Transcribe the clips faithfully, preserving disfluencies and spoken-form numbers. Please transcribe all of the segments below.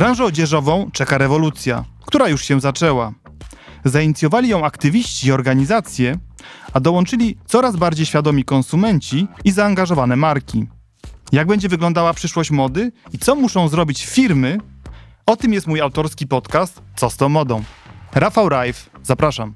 Branżę odzieżową czeka rewolucja, która już się zaczęła. Zainicjowali ją aktywiści i organizacje, a dołączyli coraz bardziej świadomi konsumenci i zaangażowane marki. Jak będzie wyglądała przyszłość mody i co muszą zrobić firmy? O tym jest mój autorski podcast Co z tą modą? Rafał Rajf, zapraszam.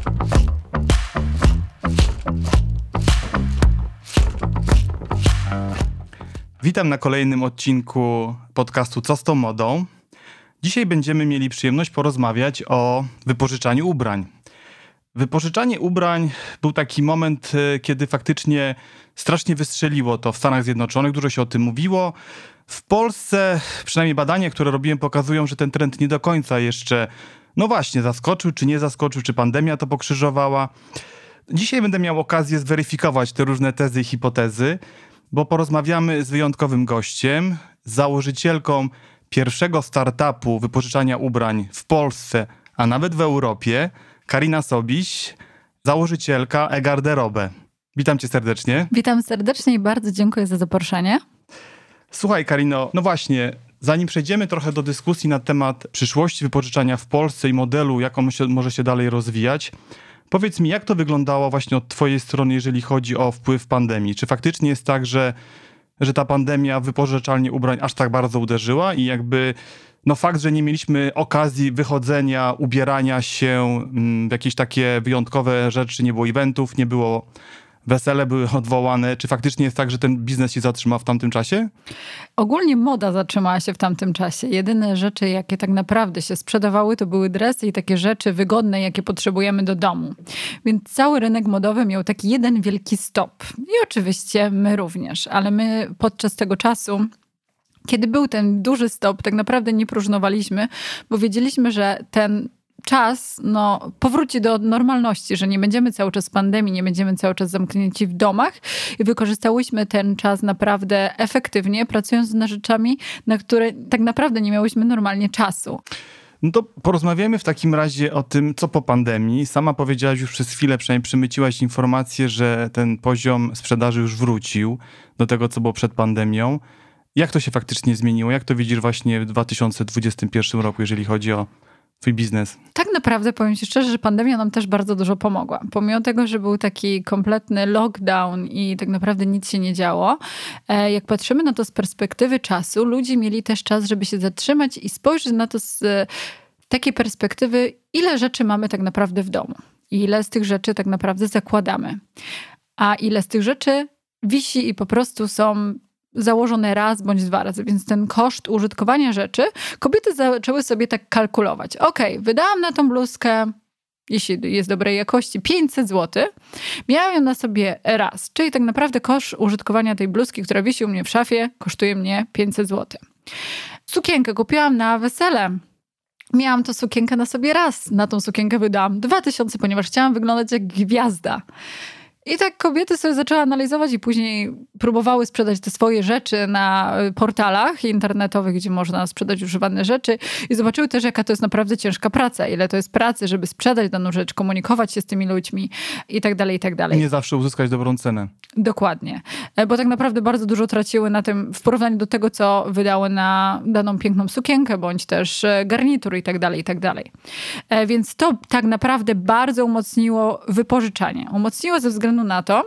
Witam na kolejnym odcinku podcastu Co z tą modą? Dzisiaj będziemy mieli przyjemność porozmawiać o wypożyczaniu ubrań. Wypożyczanie ubrań był taki moment, kiedy faktycznie strasznie wystrzeliło to w Stanach Zjednoczonych, dużo się o tym mówiło. W Polsce przynajmniej badania, które robiłem, pokazują, że ten trend nie do końca jeszcze, no właśnie, zaskoczył, czy nie zaskoczył, czy pandemia to pokrzyżowała. Dzisiaj będę miał okazję zweryfikować te różne tezy i hipotezy, bo porozmawiamy z wyjątkowym gościem, z założycielką pierwszego startupu wypożyczania ubrań w Polsce, a nawet w Europie, Karina Sobiś, założycielka eGarderobe. Witam cię serdecznie. Witam serdecznie i bardzo dziękuję za zaproszenie. Słuchaj, Karino, no właśnie, zanim przejdziemy trochę do dyskusji na temat przyszłości wypożyczania w Polsce i modelu, jak on się, może się dalej rozwijać, powiedz mi, jak to wyglądało właśnie od twojej strony, jeżeli chodzi o wpływ pandemii? Czy faktycznie jest tak, że, że ta pandemia w wypożyczalnię ubrań aż tak bardzo uderzyła i jakby no fakt, że nie mieliśmy okazji wychodzenia, ubierania się w jakieś takie wyjątkowe rzeczy, nie było eventów, nie było wesele, były odwołane. Czy faktycznie jest tak, że ten biznes się zatrzymał w tamtym czasie? Ogólnie moda zatrzymała się w tamtym czasie. Jedyne rzeczy, jakie tak naprawdę się sprzedawały, to były dresy i takie rzeczy wygodne, jakie potrzebujemy do domu. Więc cały rynek modowy miał taki jeden wielki stop. I oczywiście my również, ale my podczas tego czasu, kiedy był ten duży stop, tak naprawdę nie próżnowaliśmy, bo wiedzieliśmy, że ten czas no, powróci do normalności, że nie będziemy cały czas w pandemii, nie będziemy cały czas zamknięci w domach i wykorzystałyśmy ten czas naprawdę efektywnie, pracując nad rzeczami, na które tak naprawdę nie miałyśmy normalnie czasu. No to porozmawiamy w takim razie o tym, co po pandemii. Sama powiedziałaś już przez chwilę, przynajmniej przemyciłaś informację, że ten poziom sprzedaży już wrócił do tego, co było przed pandemią. Jak to się faktycznie zmieniło? Jak to widzisz właśnie w dwa tysiące dwudziestym pierwszym roku, jeżeli chodzi o twój biznes? Tak naprawdę powiem ci szczerze, że pandemia nam też bardzo dużo pomogła. Pomimo tego, że był taki kompletny lockdown i tak naprawdę nic się nie działo, jak patrzymy na to z perspektywy czasu, ludzie mieli też czas, żeby się zatrzymać i spojrzeć na to z takiej perspektywy, ile rzeczy mamy tak naprawdę w domu. I ile z tych rzeczy tak naprawdę zakładamy. A ile z tych rzeczy wisi i po prostu są założone raz bądź dwa razy, więc ten koszt użytkowania rzeczy kobiety zaczęły sobie tak kalkulować. Okej, okay, wydałam na tą bluzkę, jeśli jest dobrej jakości, pięćset złotych. Miałam ją na sobie raz, czyli tak naprawdę koszt użytkowania tej bluzki, która wisi u mnie w szafie, kosztuje mnie pięćset złotych. Sukienkę kupiłam na wesele. Miałam tę sukienkę na sobie raz. Na tą sukienkę wydałam dwa tysiące, ponieważ chciałam wyglądać jak gwiazda. I tak kobiety sobie zaczęły analizować i później próbowały sprzedać te swoje rzeczy na portalach internetowych, gdzie można sprzedać używane rzeczy i zobaczyły też, jaka to jest naprawdę ciężka praca, ile to jest pracy, żeby sprzedać daną rzecz, komunikować się z tymi ludźmi i tak dalej, i tak dalej. I nie zawsze uzyskać dobrą cenę. Dokładnie. Bo tak naprawdę bardzo dużo traciły na tym w porównaniu do tego, co wydały na daną piękną sukienkę, bądź też garnitur i tak dalej, i tak dalej. Więc to tak naprawdę bardzo umocniło wypożyczanie. Umocniło ze względu na to,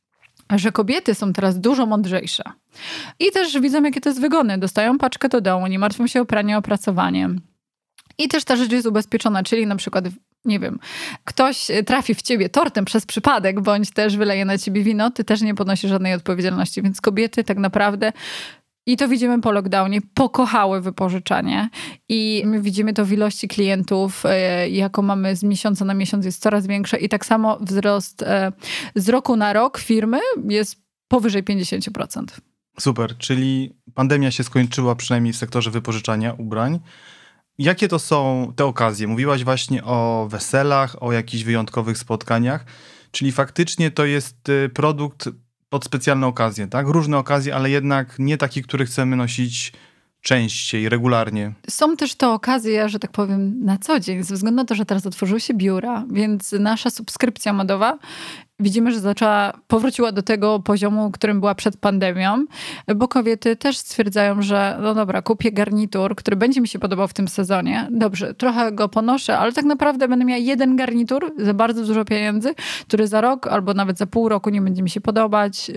że kobiety są teraz dużo mądrzejsze. I też widzą, jakie to jest wygodne. Dostają paczkę do domu, nie martwią się o pranie, opracowanie. I też ta rzecz jest ubezpieczona, czyli na przykład, nie wiem, ktoś trafi w ciebie tortem przez przypadek, bądź też wyleje na ciebie wino, ty też nie ponosisz żadnej odpowiedzialności. Więc kobiety tak naprawdę, i to widzimy po lockdownie, pokochały wypożyczanie. I my widzimy to w ilości klientów, jaką mamy z miesiąca na miesiąc, jest coraz większa. I tak samo wzrost z roku na rok firmy jest powyżej pięćdziesiąt procent. Super, czyli pandemia się skończyła przynajmniej w sektorze wypożyczania ubrań. Jakie to są te okazje? Mówiłaś właśnie o weselach, o jakichś wyjątkowych spotkaniach, czyli faktycznie to jest produkt pod specjalne okazje, tak? Różne okazje, ale jednak nie taki, który chcemy nosić częściej, regularnie. Są też to okazje, że tak powiem, na co dzień, ze względu na to, że teraz otworzyły się biura, więc nasza subskrypcja modowa widzimy, że zaczęła, powróciła do tego poziomu, którym była przed pandemią, bo kobiety też stwierdzają, że no dobra, kupię garnitur, który będzie mi się podobał w tym sezonie. Dobrze, trochę go ponoszę, ale tak naprawdę będę miała jeden garnitur za bardzo dużo pieniędzy, który za rok albo nawet za pół roku nie będzie mi się podobać.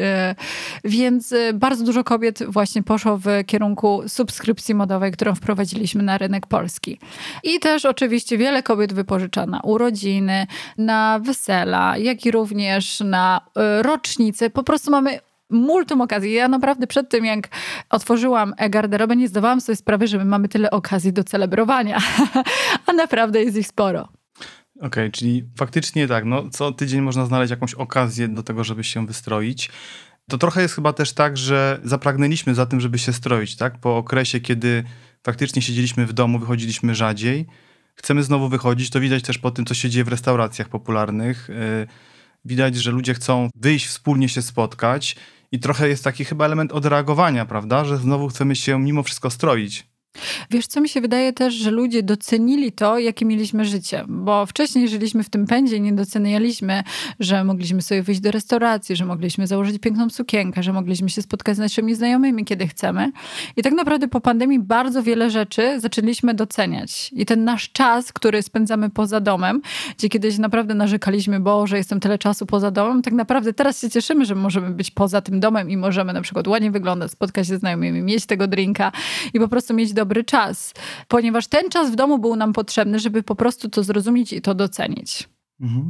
Więc bardzo dużo kobiet właśnie poszło w kierunku subskrypcji modowej, którą wprowadziliśmy na rynek polski. I też oczywiście wiele kobiet wypożycza na urodziny, na wesela, jak i również na rocznice. Po prostu mamy multum okazji. Ja naprawdę przed tym, jak otworzyłam e-garderobę, nie zdawałam sobie sprawy, że my mamy tyle okazji do celebrowania. A naprawdę jest ich sporo. Okej, okay, czyli faktycznie tak, no co tydzień można znaleźć jakąś okazję do tego, żeby się wystroić. To trochę jest chyba też tak, że zapragnęliśmy za tym, żeby się stroić, tak? Po okresie, kiedy faktycznie siedzieliśmy w domu, wychodziliśmy rzadziej. Chcemy znowu wychodzić, to widać też po tym, co się dzieje w restauracjach popularnych. Widać, że ludzie chcą wyjść, wspólnie się spotkać i trochę jest taki chyba element odreagowania, prawda? Że znowu chcemy się mimo wszystko stroić. Wiesz, co mi się wydaje też, że ludzie docenili to, jakie mieliśmy życie, bo wcześniej żyliśmy w tym pędzie i nie docenialiśmy, że mogliśmy sobie wyjść do restauracji, że mogliśmy założyć piękną sukienkę, że mogliśmy się spotkać z naszymi znajomymi, kiedy chcemy. I tak naprawdę po pandemii bardzo wiele rzeczy zaczęliśmy doceniać. I ten nasz czas, który spędzamy poza domem, gdzie kiedyś naprawdę narzekaliśmy, Boże, jestem tyle czasu poza domem, tak naprawdę teraz się cieszymy, że możemy być poza tym domem i możemy na przykład ładnie wyglądać, spotkać się ze znajomymi, mieć tego drinka i po prostu mieć dobry czas, ponieważ ten czas w domu był nam potrzebny, żeby po prostu to zrozumieć i to docenić. Mhm.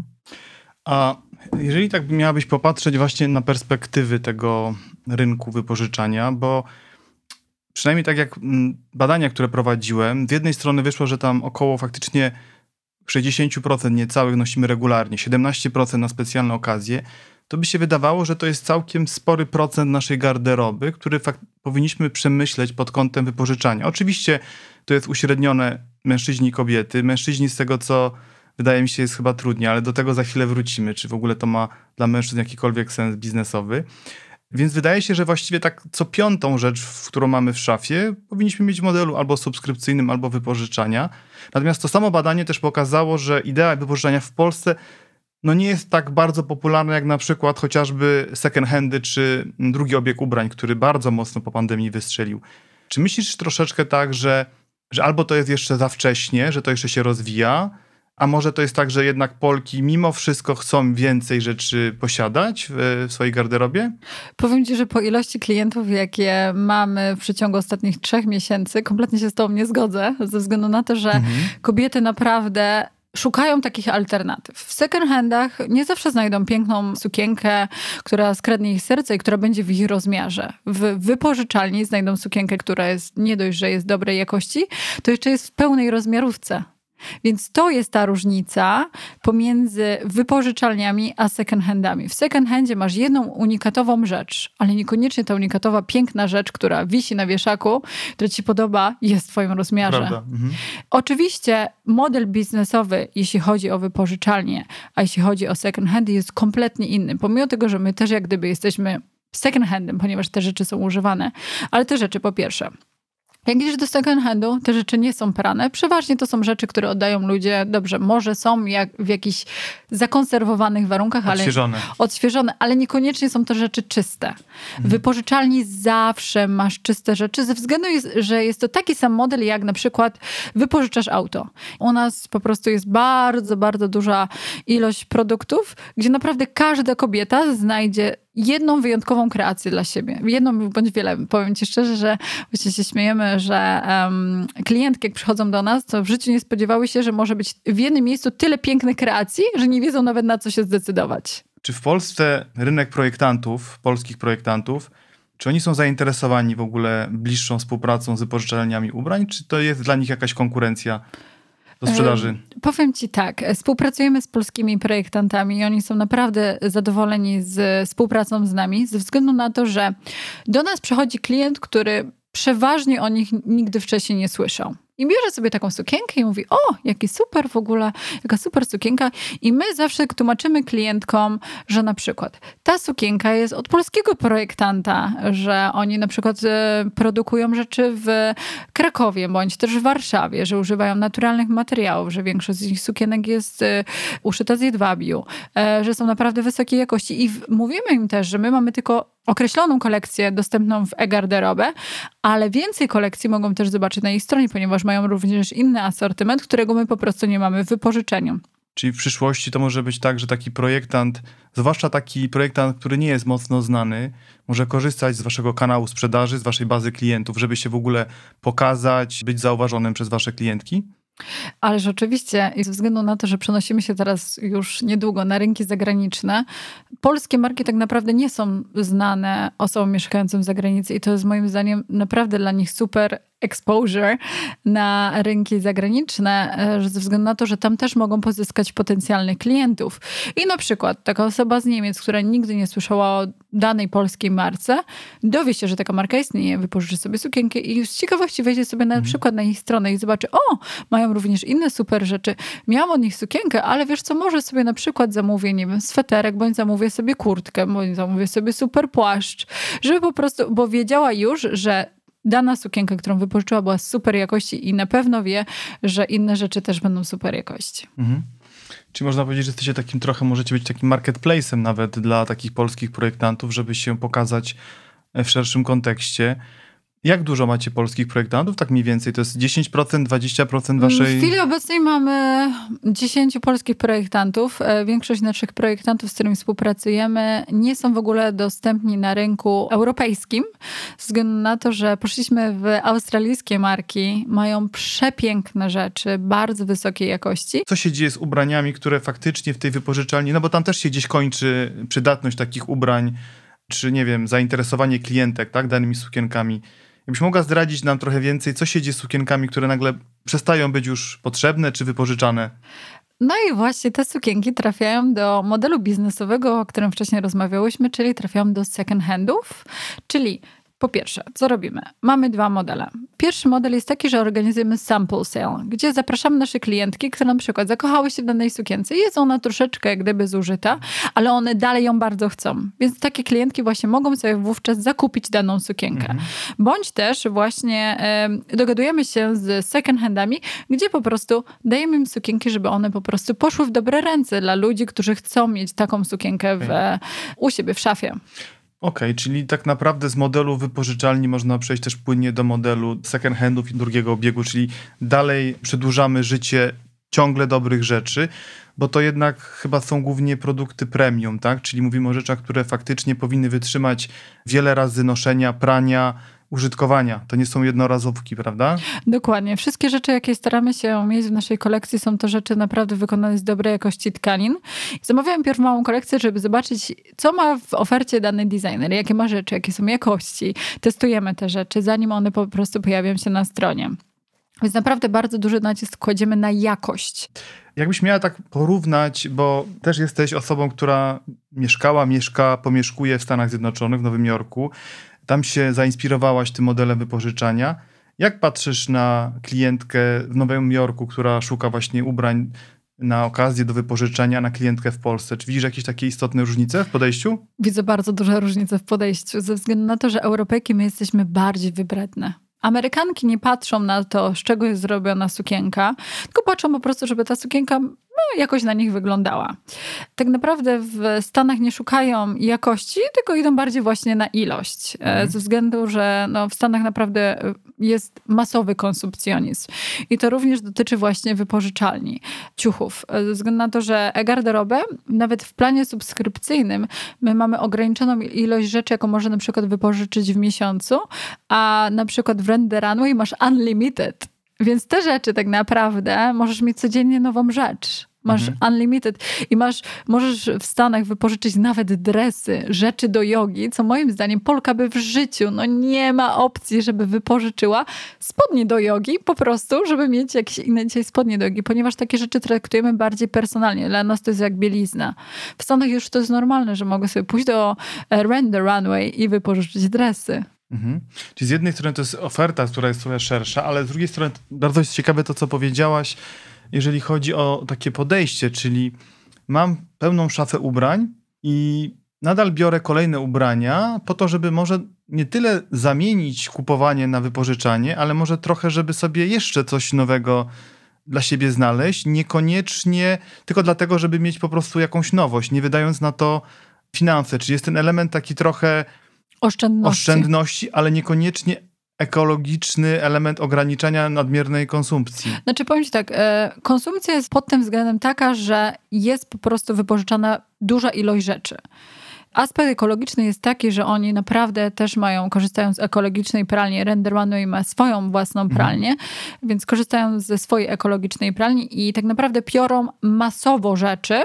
A jeżeli tak miałabyś popatrzeć właśnie na perspektywy tego rynku wypożyczania, bo przynajmniej tak jak badania, które prowadziłem, z jednej strony wyszło, że tam około faktycznie sześćdziesiąt procent niecałych nosimy regularnie, siedemnaście procent na specjalne okazje, to by się wydawało, że to jest całkiem spory procent naszej garderoby, który fakt powinniśmy przemyśleć pod kątem wypożyczania. Oczywiście to jest uśrednione mężczyźni i kobiety. Mężczyźni z tego, co wydaje mi się, jest chyba trudniej, ale do tego za chwilę wrócimy, czy w ogóle to ma dla mężczyzn jakikolwiek sens biznesowy. Więc wydaje się, że właściwie tak co piątą rzecz, którą mamy w szafie, powinniśmy mieć w modelu albo subskrypcyjnym, albo wypożyczania. Natomiast to samo badanie też pokazało, że idea wypożyczania w Polsce no nie jest tak bardzo popularna jak na przykład chociażby second handy czy drugi obieg ubrań, który bardzo mocno po pandemii wystrzelił. Czy myślisz troszeczkę tak, że, że albo to jest jeszcze za wcześnie, że to jeszcze się rozwija, a może to jest tak, że jednak Polki mimo wszystko chcą więcej rzeczy posiadać w, w swojej garderobie? Powiem ci, że po ilości klientów, jakie mamy w przeciągu ostatnich trzech miesięcy, kompletnie się z tobą nie zgodzę, ze względu na to, że mhm. kobiety naprawdę szukają takich alternatyw. W second handach nie zawsze znajdą piękną sukienkę, która skradnie ich serce i która będzie w ich rozmiarze. W wypożyczalni znajdą sukienkę, która jest nie dość, że jest dobrej jakości, to jeszcze jest w pełnej rozmiarówce. Więc to jest ta różnica pomiędzy wypożyczalniami a second handami. W second handzie masz jedną unikatową rzecz, ale niekoniecznie ta unikatowa, piękna rzecz, która wisi na wieszaku, która ci podoba, jest w twoim rozmiarze. Mhm. Oczywiście model biznesowy, jeśli chodzi o wypożyczalnie, a jeśli chodzi o second handy, jest kompletnie inny. Pomimo tego, że my też jak gdyby jesteśmy second handem, ponieważ te rzeczy są używane, ale te rzeczy po pierwsze, jak idziesz do second handu, te rzeczy nie są prane. Przeważnie to są rzeczy, które oddają ludzie, dobrze, może są jak w jakichś zakonserwowanych warunkach, ale odświeżone. odświeżone, ale niekoniecznie są to rzeczy czyste. Mhm. W wypożyczalni zawsze masz czyste rzeczy, ze względu, jest, że jest to taki sam model, jak na przykład wypożyczasz auto. U nas po prostu jest bardzo, bardzo duża ilość produktów, gdzie naprawdę każda kobieta znajdzie jedną wyjątkową kreację dla siebie. Jedną bądź wiele. Powiem ci szczerze, że właśnie się śmiejemy, że um, klientki jak przychodzą do nas, to w życiu nie spodziewały się, że może być w jednym miejscu tyle pięknych kreacji, że nie wiedzą nawet na co się zdecydować. Czy w Polsce rynek projektantów, polskich projektantów, czy oni są zainteresowani w ogóle bliższą współpracą z wypożyczalniami ubrań, czy to jest dla nich jakaś konkurencja do sprzedaży? E, powiem ci tak, współpracujemy z polskimi projektantami i oni są naprawdę zadowoleni z współpracą z nami, ze względu na to, że do nas przychodzi klient, który przeważnie o nich nigdy wcześniej nie słyszał. I bierze sobie taką sukienkę i mówi, o, jaki super w ogóle, jaka super sukienka. I my zawsze tłumaczymy klientkom, że na przykład ta sukienka jest od polskiego projektanta, że oni na przykład produkują rzeczy w Krakowie bądź też w Warszawie, że używają naturalnych materiałów, że większość z ich sukienek jest uszyta z jedwabiu, że są naprawdę wysokiej jakości. I mówimy im też, że my mamy tylko określoną kolekcję dostępną w e-garderobę, ale więcej kolekcji mogą też zobaczyć na ich stronie, ponieważ mają również inny asortyment, którego my po prostu nie mamy w wypożyczeniu. Czyli w przyszłości to może być tak, że taki projektant, zwłaszcza taki projektant, który nie jest mocno znany, może korzystać z waszego kanału sprzedaży, z waszej bazy klientów, żeby się w ogóle pokazać, być zauważonym przez wasze klientki? Ależ oczywiście, i ze względu na to, że przenosimy się teraz już niedługo na rynki zagraniczne, polskie marki tak naprawdę nie są znane osobom mieszkającym w zagranicy i to jest moim zdaniem naprawdę dla nich super exposure na rynki zagraniczne, ze względu na to, że tam też mogą pozyskać potencjalnych klientów. I na przykład taka osoba z Niemiec, która nigdy nie słyszała o danej polskiej marce, dowie się, że taka marka istnieje, wypożyczy sobie sukienkę i już z ciekawości wejdzie sobie na przykład na ich stronę i zobaczy, o, mają również inne super rzeczy. Miałam od nich sukienkę, ale wiesz co, może sobie na przykład zamówię, nie wiem, sweterek, bądź zamówię sobie kurtkę, bądź zamówię sobie super płaszcz, żeby po prostu, bo wiedziała już, że dana sukienka, którą wypożyczyła, była super jakości i na pewno wie, że inne rzeczy też będą super jakości. Mhm. Czyli można powiedzieć, że jesteście takim trochę, możecie być takim marketplace'em nawet dla takich polskich projektantów, żeby się pokazać w szerszym kontekście. Jak dużo macie polskich projektantów? Tak mniej więcej to jest dziesięć procent, dwadzieścia procent waszej... W chwili obecnej mamy dziesięciu polskich projektantów. Większość naszych projektantów, z którymi współpracujemy, nie są w ogóle dostępni na rynku europejskim. Ze względu na to, że poszliśmy w australijskie marki, mają przepiękne rzeczy, bardzo wysokiej jakości. Co się dzieje z ubraniami, które faktycznie w tej wypożyczalni, no bo tam też się gdzieś kończy przydatność takich ubrań, czy nie wiem, zainteresowanie klientek, tak, danymi sukienkami. Jakbyś mogła zdradzić nam trochę więcej, co się dzieje z sukienkami, które nagle przestają być już potrzebne czy wypożyczane? No i właśnie te sukienki trafiają do modelu biznesowego, o którym wcześniej rozmawiałyśmy, czyli trafiają do second handów, czyli po pierwsze, co robimy? Mamy dwa modele. Pierwszy model jest taki, że organizujemy sample sale, gdzie zapraszamy nasze klientki, które na przykład zakochały się w danej sukience i jest ona troszeczkę jak gdyby zużyta, ale one dalej ją bardzo chcą. Więc takie klientki właśnie mogą sobie wówczas zakupić daną sukienkę. Mhm. Bądź też właśnie e, dogadujemy się z second handami, gdzie po prostu dajemy im sukienki, żeby one po prostu poszły w dobre ręce dla ludzi, którzy chcą mieć taką sukienkę w, okay. u siebie w szafie. Okej, okay, czyli tak naprawdę z modelu wypożyczalni można przejść też płynnie do modelu second handów i drugiego obiegu, czyli dalej przedłużamy życie ciągle dobrych rzeczy, bo to jednak chyba są głównie produkty premium, tak? Czyli mówimy o rzeczach, które faktycznie powinny wytrzymać wiele razy noszenia, prania, użytkowania. To nie są jednorazówki, prawda? Dokładnie. Wszystkie rzeczy, jakie staramy się mieć w naszej kolekcji, są to rzeczy naprawdę wykonane z dobrej jakości tkanin. Zamawiałam pierw małą kolekcję, żeby zobaczyć, co ma w ofercie dany designer, jakie ma rzeczy, jakie są jakości. Testujemy te rzeczy, zanim one po prostu pojawią się na stronie. Więc naprawdę bardzo duży nacisk kładziemy na jakość. Jakbyś miała tak porównać, bo też jesteś osobą, która mieszkała, mieszka, pomieszkuje w Stanach Zjednoczonych, w Nowym Jorku. Tam się zainspirowałaś tym modelem wypożyczania. Jak patrzysz na klientkę w Nowym Jorku, która szuka właśnie ubrań na okazję do wypożyczenia, na klientkę w Polsce? Czy widzisz jakieś takie istotne różnice w podejściu? Widzę bardzo duże różnice w podejściu, ze względu na to, że Europejki my jesteśmy bardziej wybredne. Amerykanki nie patrzą na to, z czego jest zrobiona sukienka, tylko patrzą po prostu, żeby ta sukienka no, jakoś na nich wyglądała. Tak naprawdę w Stanach nie szukają jakości, tylko idą bardziej właśnie na ilość. Mhm. Ze względu, że no, w Stanach naprawdę jest masowy konsumpcjonizm. I to również dotyczy właśnie wypożyczalni ciuchów. Ze względu na to, że e-garderobę, nawet w planie subskrypcyjnym, my mamy ograniczoną ilość rzeczy, jaką można na przykład wypożyczyć w miesiącu, a na przykład w Rent the Runway masz unlimited. Więc te rzeczy tak naprawdę możesz mieć codziennie nową rzecz. Masz mhm. unlimited i masz, możesz w Stanach wypożyczyć nawet dresy, rzeczy do jogi, co moim zdaniem Polka by w życiu, no nie ma opcji, żeby wypożyczyła spodnie do jogi, po prostu, żeby mieć jakieś inne dzisiaj spodnie do jogi, ponieważ takie rzeczy traktujemy bardziej personalnie. Dla nas to jest jak bielizna. W Stanach już to jest normalne, że mogę sobie pójść do Rent the Runway i wypożyczyć dresy. Mhm. Czyli z jednej strony to jest oferta, która jest trochę szersza, ale z drugiej strony bardzo jest ciekawe to, co powiedziałaś, jeżeli chodzi o takie podejście, czyli mam pełną szafę ubrań i nadal biorę kolejne ubrania po to, żeby może nie tyle zamienić kupowanie na wypożyczanie, ale może trochę, żeby sobie jeszcze coś nowego dla siebie znaleźć, niekoniecznie tylko dlatego, żeby mieć po prostu jakąś nowość, nie wydając na to finanse. Czyli jest ten element taki trochę oszczędności, oszczędności ale niekoniecznie ekologiczny element ograniczania nadmiernej konsumpcji. Znaczy powiem ci tak, konsumpcja jest pod tym względem taka, że jest po prostu wypożyczana duża ilość rzeczy. Aspekt ekologiczny jest taki, że oni naprawdę też mają, korzystają z ekologicznej pralni. Render Runway ma swoją własną pralnię, mhm. więc korzystają ze swojej ekologicznej pralni i tak naprawdę piorą masowo rzeczy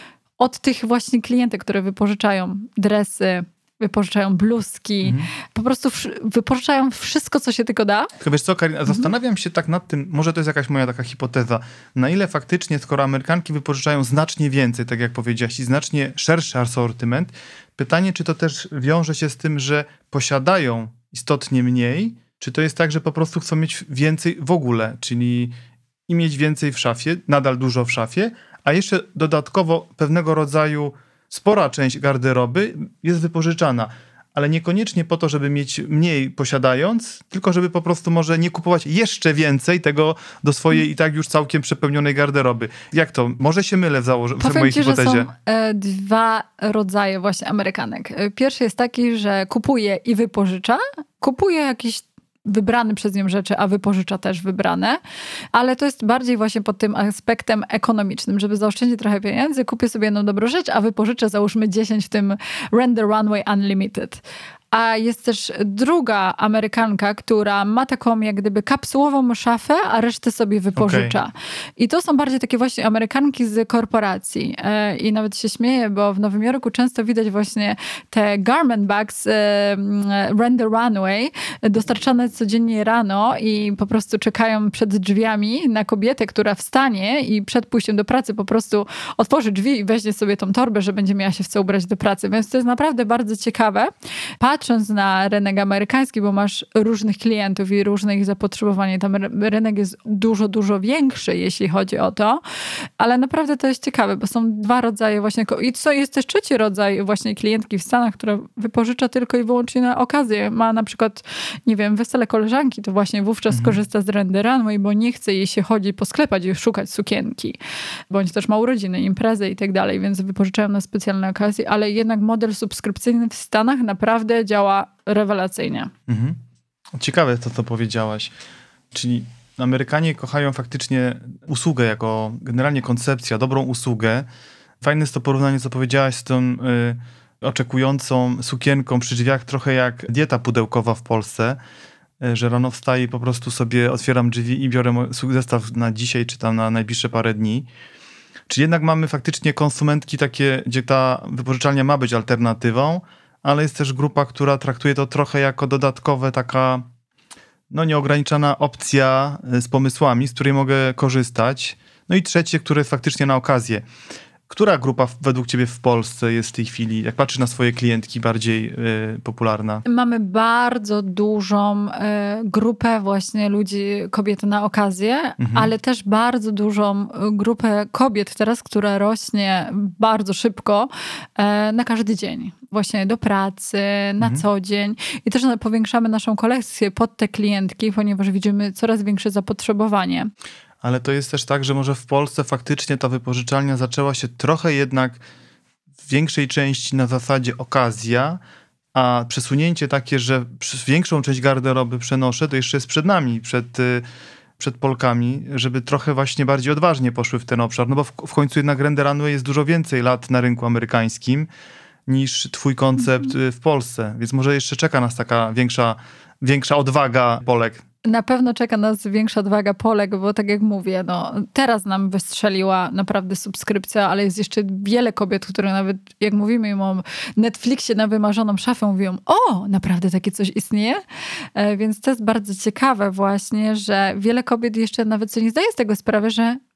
od tych właśnie klientek, które wypożyczają dresy, wypożyczają bluzki, mhm. po prostu wypożyczają wszystko, co się tylko da. Tylko wiesz co, Karina, mhm. zastanawiam się tak nad tym, może to jest jakaś moja taka hipoteza, na ile faktycznie, skoro Amerykanki wypożyczają znacznie więcej, tak jak powiedziałaś, i znacznie szerszy asortyment, pytanie, czy to też wiąże się z tym, że posiadają istotnie mniej, czy to jest tak, że po prostu chcą mieć więcej w ogóle, czyli i mieć więcej w szafie, nadal dużo w szafie, a jeszcze dodatkowo pewnego rodzaju spora część garderoby jest wypożyczana, ale niekoniecznie po to, żeby mieć mniej posiadając, tylko żeby po prostu może nie kupować jeszcze więcej tego do swojej i tak już całkiem przepełnionej garderoby. Jak to? Może się mylę w, założ- w mojej ci, hipotezie. Że są e, dwa rodzaje właśnie Amerykanek. Pierwszy jest taki, że kupuje i wypożycza. Kupuje jakiś wybrany przez nią rzeczy, a wypożycza też wybrane, ale to jest bardziej właśnie pod tym aspektem ekonomicznym, żeby zaoszczędzić trochę pieniędzy, kupię sobie jedną dobrą rzecz, a wypożyczę załóżmy dziesięć w tym Render Runway Unlimited. A jest też druga Amerykanka, która ma taką jak gdyby kapsułową szafę, a resztę sobie wypożycza. Okay. I to są bardziej takie właśnie Amerykanki z korporacji. I nawet się śmieję, bo w Nowym Jorku często widać właśnie te garment bags Render Runway dostarczane codziennie rano i po prostu czekają przed drzwiami na kobietę, która wstanie i przed pójściem do pracy po prostu otworzy drzwi i weźmie sobie tą torbę, że będzie miała się w co ubrać do pracy. Więc to jest naprawdę bardzo ciekawe. Patrząc na rynek amerykański, bo masz różnych klientów i różne ich zapotrzebowanie, tam rynek jest dużo, dużo większy, jeśli chodzi o to, ale naprawdę to jest ciekawe, bo są dwa rodzaje właśnie, i co jest też trzeci rodzaj właśnie klientki w Stanach, która wypożycza tylko i wyłącznie na okazję. Ma na przykład, nie wiem, wesele koleżanki, to właśnie wówczas mhm. korzysta z Render Runway, bo nie chce jej się chodzić po sklepach i szukać sukienki, bądź też ma urodziny, imprezy i tak dalej, więc wypożyczają na specjalne okazje, ale jednak model subskrypcyjny w Stanach naprawdę działa rewelacyjnie. Mhm. Ciekawe to, co powiedziałaś. Czyli Amerykanie kochają faktycznie usługę jako generalnie koncepcja, dobrą usługę. Fajne jest to porównanie, co powiedziałaś z tą y, oczekującą sukienką przy drzwiach, trochę jak dieta pudełkowa w Polsce, y, że rano wstaję i po prostu sobie otwieram drzwi i biorę zestaw na dzisiaj czy tam na najbliższe parę dni. Czyli jednak mamy faktycznie konsumentki takie, gdzie ta wypożyczalnia ma być alternatywą, ale jest też grupa, która traktuje to trochę jako dodatkowe taka no nieograniczona opcja z pomysłami, z której mogę korzystać. No i trzecie, które jest faktycznie na okazję. Która grupa według ciebie w Polsce jest w tej chwili, jak patrzysz na swoje klientki, bardziej y, popularna? Mamy bardzo dużą y, grupę właśnie ludzi, kobiet na okazję, mhm. ale też bardzo dużą grupę kobiet teraz, która rośnie bardzo szybko y, na każdy dzień. Właśnie do pracy, na mhm. co dzień. I też powiększamy naszą kolekcję pod te klientki, ponieważ widzimy coraz większe zapotrzebowanie. Ale to jest też tak, że może w Polsce faktycznie ta wypożyczalnia zaczęła się trochę jednak w większej części na zasadzie okazja, a przesunięcie takie, że większą część garderoby przenoszę, to jeszcze jest przed nami, przed, przed Polkami, żeby trochę właśnie bardziej odważnie poszły w ten obszar. No bo w, w końcu jednak Render Runway jest dużo więcej lat na rynku amerykańskim niż twój koncept mm-hmm. w Polsce. Więc może jeszcze czeka nas taka większa, większa odwaga Polek. Na pewno czeka nas większa odwaga Polek, bo tak jak mówię, no teraz nam wystrzeliła naprawdę subskrypcja, ale jest jeszcze wiele kobiet, które nawet, jak mówimy im o Netflixie na wymarzoną szafę, mówią, o, naprawdę takie coś istnieje? E, więc to jest bardzo ciekawe właśnie, że wiele kobiet jeszcze nawet sobie nie zdaje z tego sprawy, że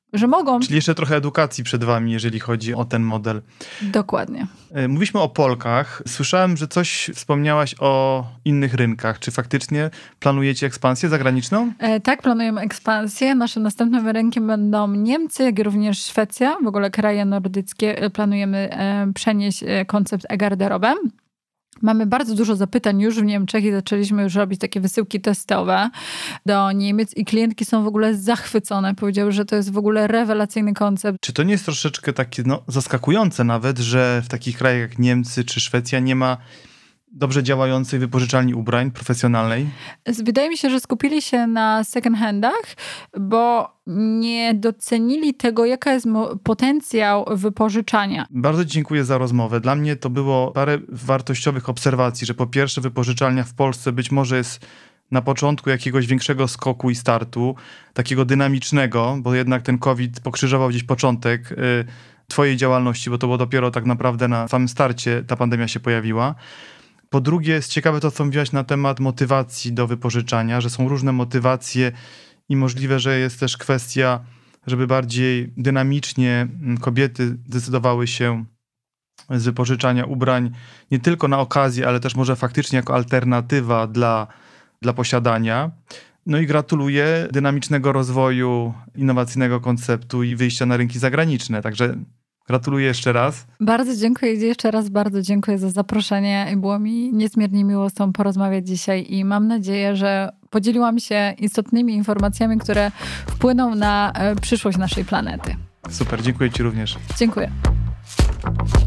że mogą. Czyli jeszcze trochę edukacji przed wami, jeżeli chodzi o ten model. Dokładnie. Mówiliśmy o Polkach. Słyszałem, że coś wspomniałaś o innych rynkach. Czy faktycznie planujecie ekspansję zagraniczną? E, tak, planujemy ekspansję. Naszym następnym rynkiem będą Niemcy, jak i również Szwecja. W ogóle kraje nordyckie. Planujemy e, przenieść e, koncept e-garderobę. Mamy bardzo dużo zapytań już w Niemczech i zaczęliśmy już robić takie wysyłki testowe do Niemiec i klientki są w ogóle zachwycone. Powiedziały, że to jest w ogóle rewelacyjny koncept. Czy to nie jest troszeczkę takie no, zaskakujące nawet, że w takich krajach jak Niemcy czy Szwecja nie ma dobrze działającej wypożyczalni ubrań profesjonalnej? Wydaje mi się, że skupili się na second handach, bo nie docenili tego, jaka jest potencjał wypożyczania. Bardzo dziękuję za rozmowę. Dla mnie to było parę wartościowych obserwacji, że po pierwsze wypożyczalnia w Polsce być może jest na początku jakiegoś większego skoku i startu, takiego dynamicznego, bo jednak ten COVID pokrzyżował gdzieś początek y, twojej działalności, bo to było dopiero tak naprawdę na samym starcie ta pandemia się pojawiła. Po drugie, jest ciekawe to, co mówiłaś na temat motywacji do wypożyczania, że są różne motywacje i możliwe, że jest też kwestia, żeby bardziej dynamicznie kobiety decydowały się z wypożyczania ubrań nie tylko na okazję, ale też może faktycznie jako alternatywa dla, dla posiadania. No i gratuluję dynamicznego rozwoju, innowacyjnego konceptu i wyjścia na rynki zagraniczne. Także gratuluję jeszcze raz. Bardzo dziękuję. Jeszcze raz bardzo dziękuję za zaproszenie. Było mi niezmiernie miło z tobą porozmawiać dzisiaj i mam nadzieję, że podzieliłam się istotnymi informacjami, które wpłyną na przyszłość naszej planety. Super, dziękuję ci również. Dziękuję.